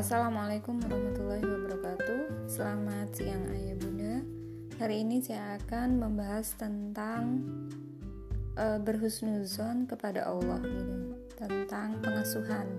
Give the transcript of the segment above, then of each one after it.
Assalamualaikum warahmatullahi wabarakatuh. Selamat siang ayah bunda. Hari ini saya akan membahas tentang berhusnuzon kepada Allah gitu. Tentang pengasuhan.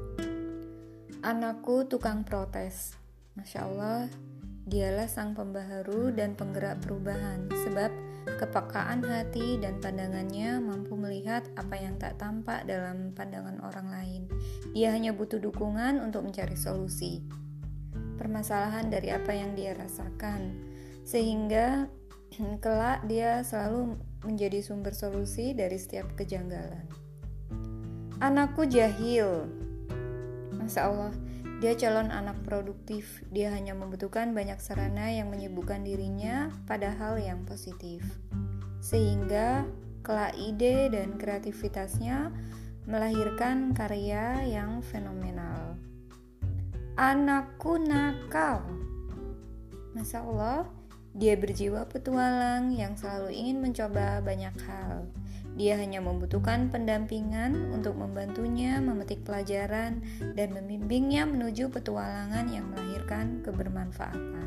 Anakku tukang protes. Masya Allah, dialah sang pembaharu dan penggerak perubahan. Sebab kepekaan hati dan pandangannya mampu melihat apa yang tak tampak dalam pandangan orang lain. Dia hanya butuh dukungan untuk mencari solusi permasalahan dari apa yang dia rasakan, sehingga kelak dia selalu menjadi sumber solusi dari setiap kejanggalan. Anakku jahil. Masya Allah, dia calon anak produktif. Dia hanya membutuhkan banyak sarana yang menyibukkan dirinya pada hal yang positif, sehingga kelak ide dan kreativitasnya melahirkan karya yang fenomenal. Anakku nakal. Masya Allah, dia berjiwa petualang yang selalu ingin mencoba banyak hal. Dia hanya membutuhkan pendampingan untuk membantunya memetik pelajaran dan membimbingnya menuju petualangan yang melahirkan kebermanfaatan.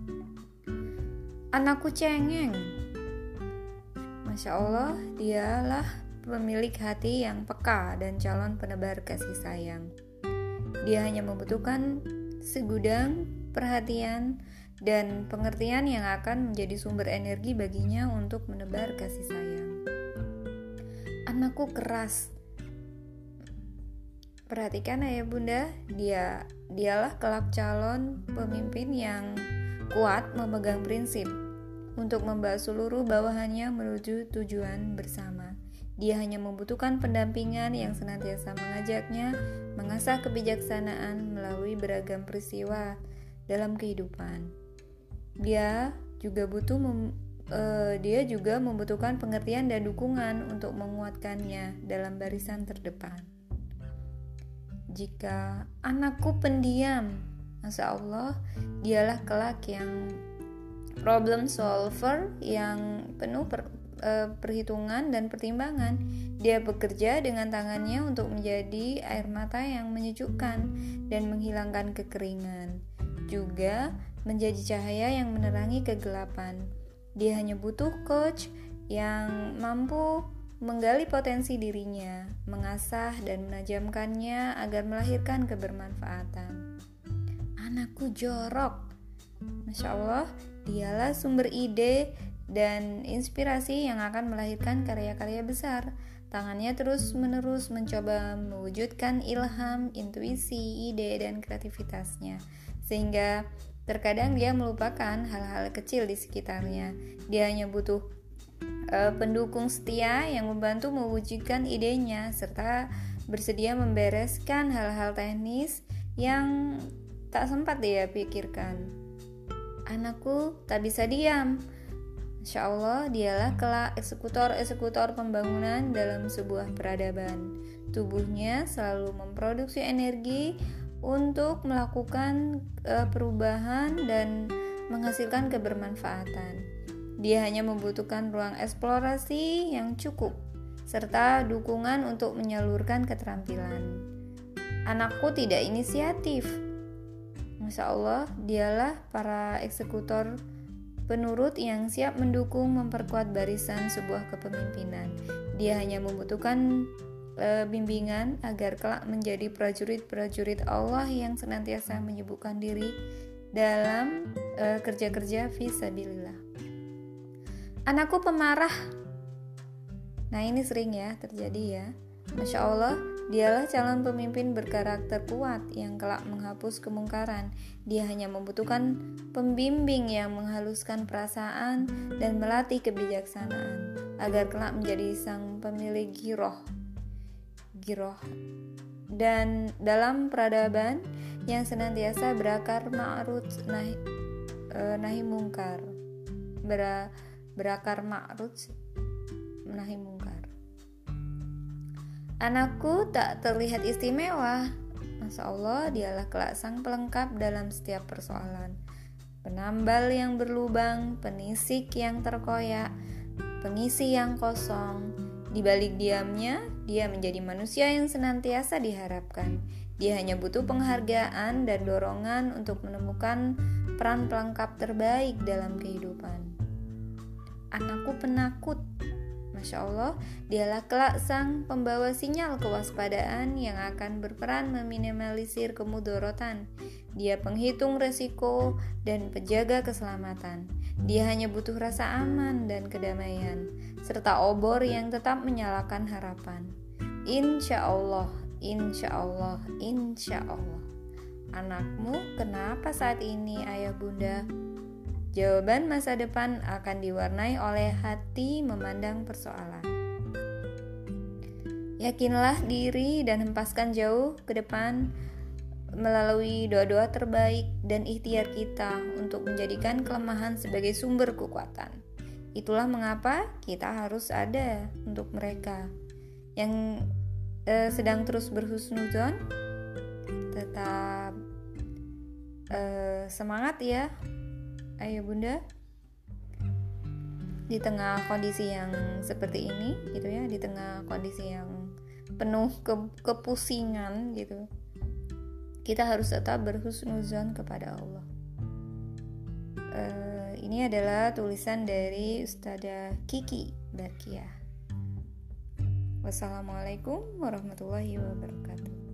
Anakku cengeng. Masya Allah, dialah pemilik hati yang peka dan calon penebar kasih sayang. Dia hanya membutuhkan segudang perhatian dan pengertian yang akan menjadi sumber energi baginya untuk menebar kasih sayang. Anakku keras. Perhatikan ayah bunda, dialah kelak calon pemimpin yang kuat memegang prinsip untuk membawa seluruh bawahannya menuju tujuan bersama. Dia hanya membutuhkan pendampingan yang senantiasa mengajaknya mengasah kebijaksanaan melalui beragam peristiwa dalam kehidupan. Dia juga membutuhkan pengertian dan dukungan untuk menguatkannya dalam barisan terdepan. Jika anakku pendiam, Masya Allah, dialah kelak yang problem solver yang penuh perhitungan dan pertimbangan. Dia bekerja dengan tangannya untuk menjadi air mata yang menyejukkan dan menghilangkan kekeringan, juga menjadi cahaya yang menerangi kegelapan. Dia hanya butuh coach yang mampu menggali potensi dirinya, mengasah dan menajamkannya agar melahirkan kebermanfaatan. Anakku jorok. Masya Allah, dialah sumber ide dan inspirasi yang akan melahirkan karya-karya besar. Tangannya terus-menerus mencoba mewujudkan ilham, intuisi, ide, dan kreativitasnya, sehingga terkadang dia melupakan hal-hal kecil di sekitarnya. Dia hanya butuh pendukung setia yang membantu mewujudkan idenya, serta bersedia membereskan hal-hal teknis yang tak sempat dia pikirkan. Anakku tak bisa diam. Masya Allah, dialah kelak eksekutor pembangunan dalam sebuah peradaban. Tubuhnya selalu memproduksi energi untuk melakukan perubahan dan menghasilkan kebermanfaatan. Dia hanya membutuhkan ruang eksplorasi yang cukup, serta dukungan untuk menyalurkan keterampilan. Anakku tidak inisiatif. Masya Allah, dialah para eksekutor penurut yang siap mendukung memperkuat barisan sebuah kepemimpinan. Dia hanya membutuhkan bimbingan agar kelak menjadi prajurit-prajurit Allah yang senantiasa menyibukkan diri dalam kerja-kerja fisabilillah. Anakku pemarah. Nah, ini sering ya terjadi ya. Masya Allah, dialah calon pemimpin berkarakter kuat yang kelak menghapus kemungkaran. Dia hanya membutuhkan pembimbing yang menghaluskan perasaan dan melatih kebijaksanaan agar kelak menjadi sang pemilik giroh dan dalam peradaban yang senantiasa berakar ma'ruf nahi mungkar. Berakar ma'ruf nahi mungkar. Anakku tak terlihat istimewa. Masya Allah, dialah kelak sang pelengkap dalam setiap persoalan. Penambal yang berlubang, penisik yang terkoyak, pengisi yang kosong. Di balik diamnya, dia menjadi manusia yang senantiasa diharapkan. Dia hanya butuh penghargaan dan dorongan untuk menemukan peran pelengkap terbaik dalam kehidupan. Anakku penakut. Masya Allah, dialah kelak sang pembawa sinyal kewaspadaan yang akan berperan meminimalisir kemudorotan. Dia penghitung resiko dan penjaga keselamatan. Dia hanya butuh rasa aman dan kedamaian, serta obor yang tetap menyalakan harapan. Insya Allah, insya Allah, insya Allah. Anakmu kenapa saat ini, ayah bunda? Jawaban masa depan akan diwarnai oleh hati memandang persoalan. Yakinlah diri dan hempaskan jauh ke depan melalui doa-doa terbaik dan ikhtiar kita untuk menjadikan kelemahan sebagai sumber kekuatan. Itulah mengapa kita harus ada untuk mereka yang sedang terus berhusnuzon. Tetap semangat ya ayah bunda, di tengah kondisi yang seperti ini gitu ya, di tengah kondisi yang penuh kepusingan gitu, kita harus tetap berhusnuzon kepada Allah. Ini adalah tulisan dari Ustadzah Kiki Barkiah. Wassalamualaikum warahmatullahi wabarakatuh.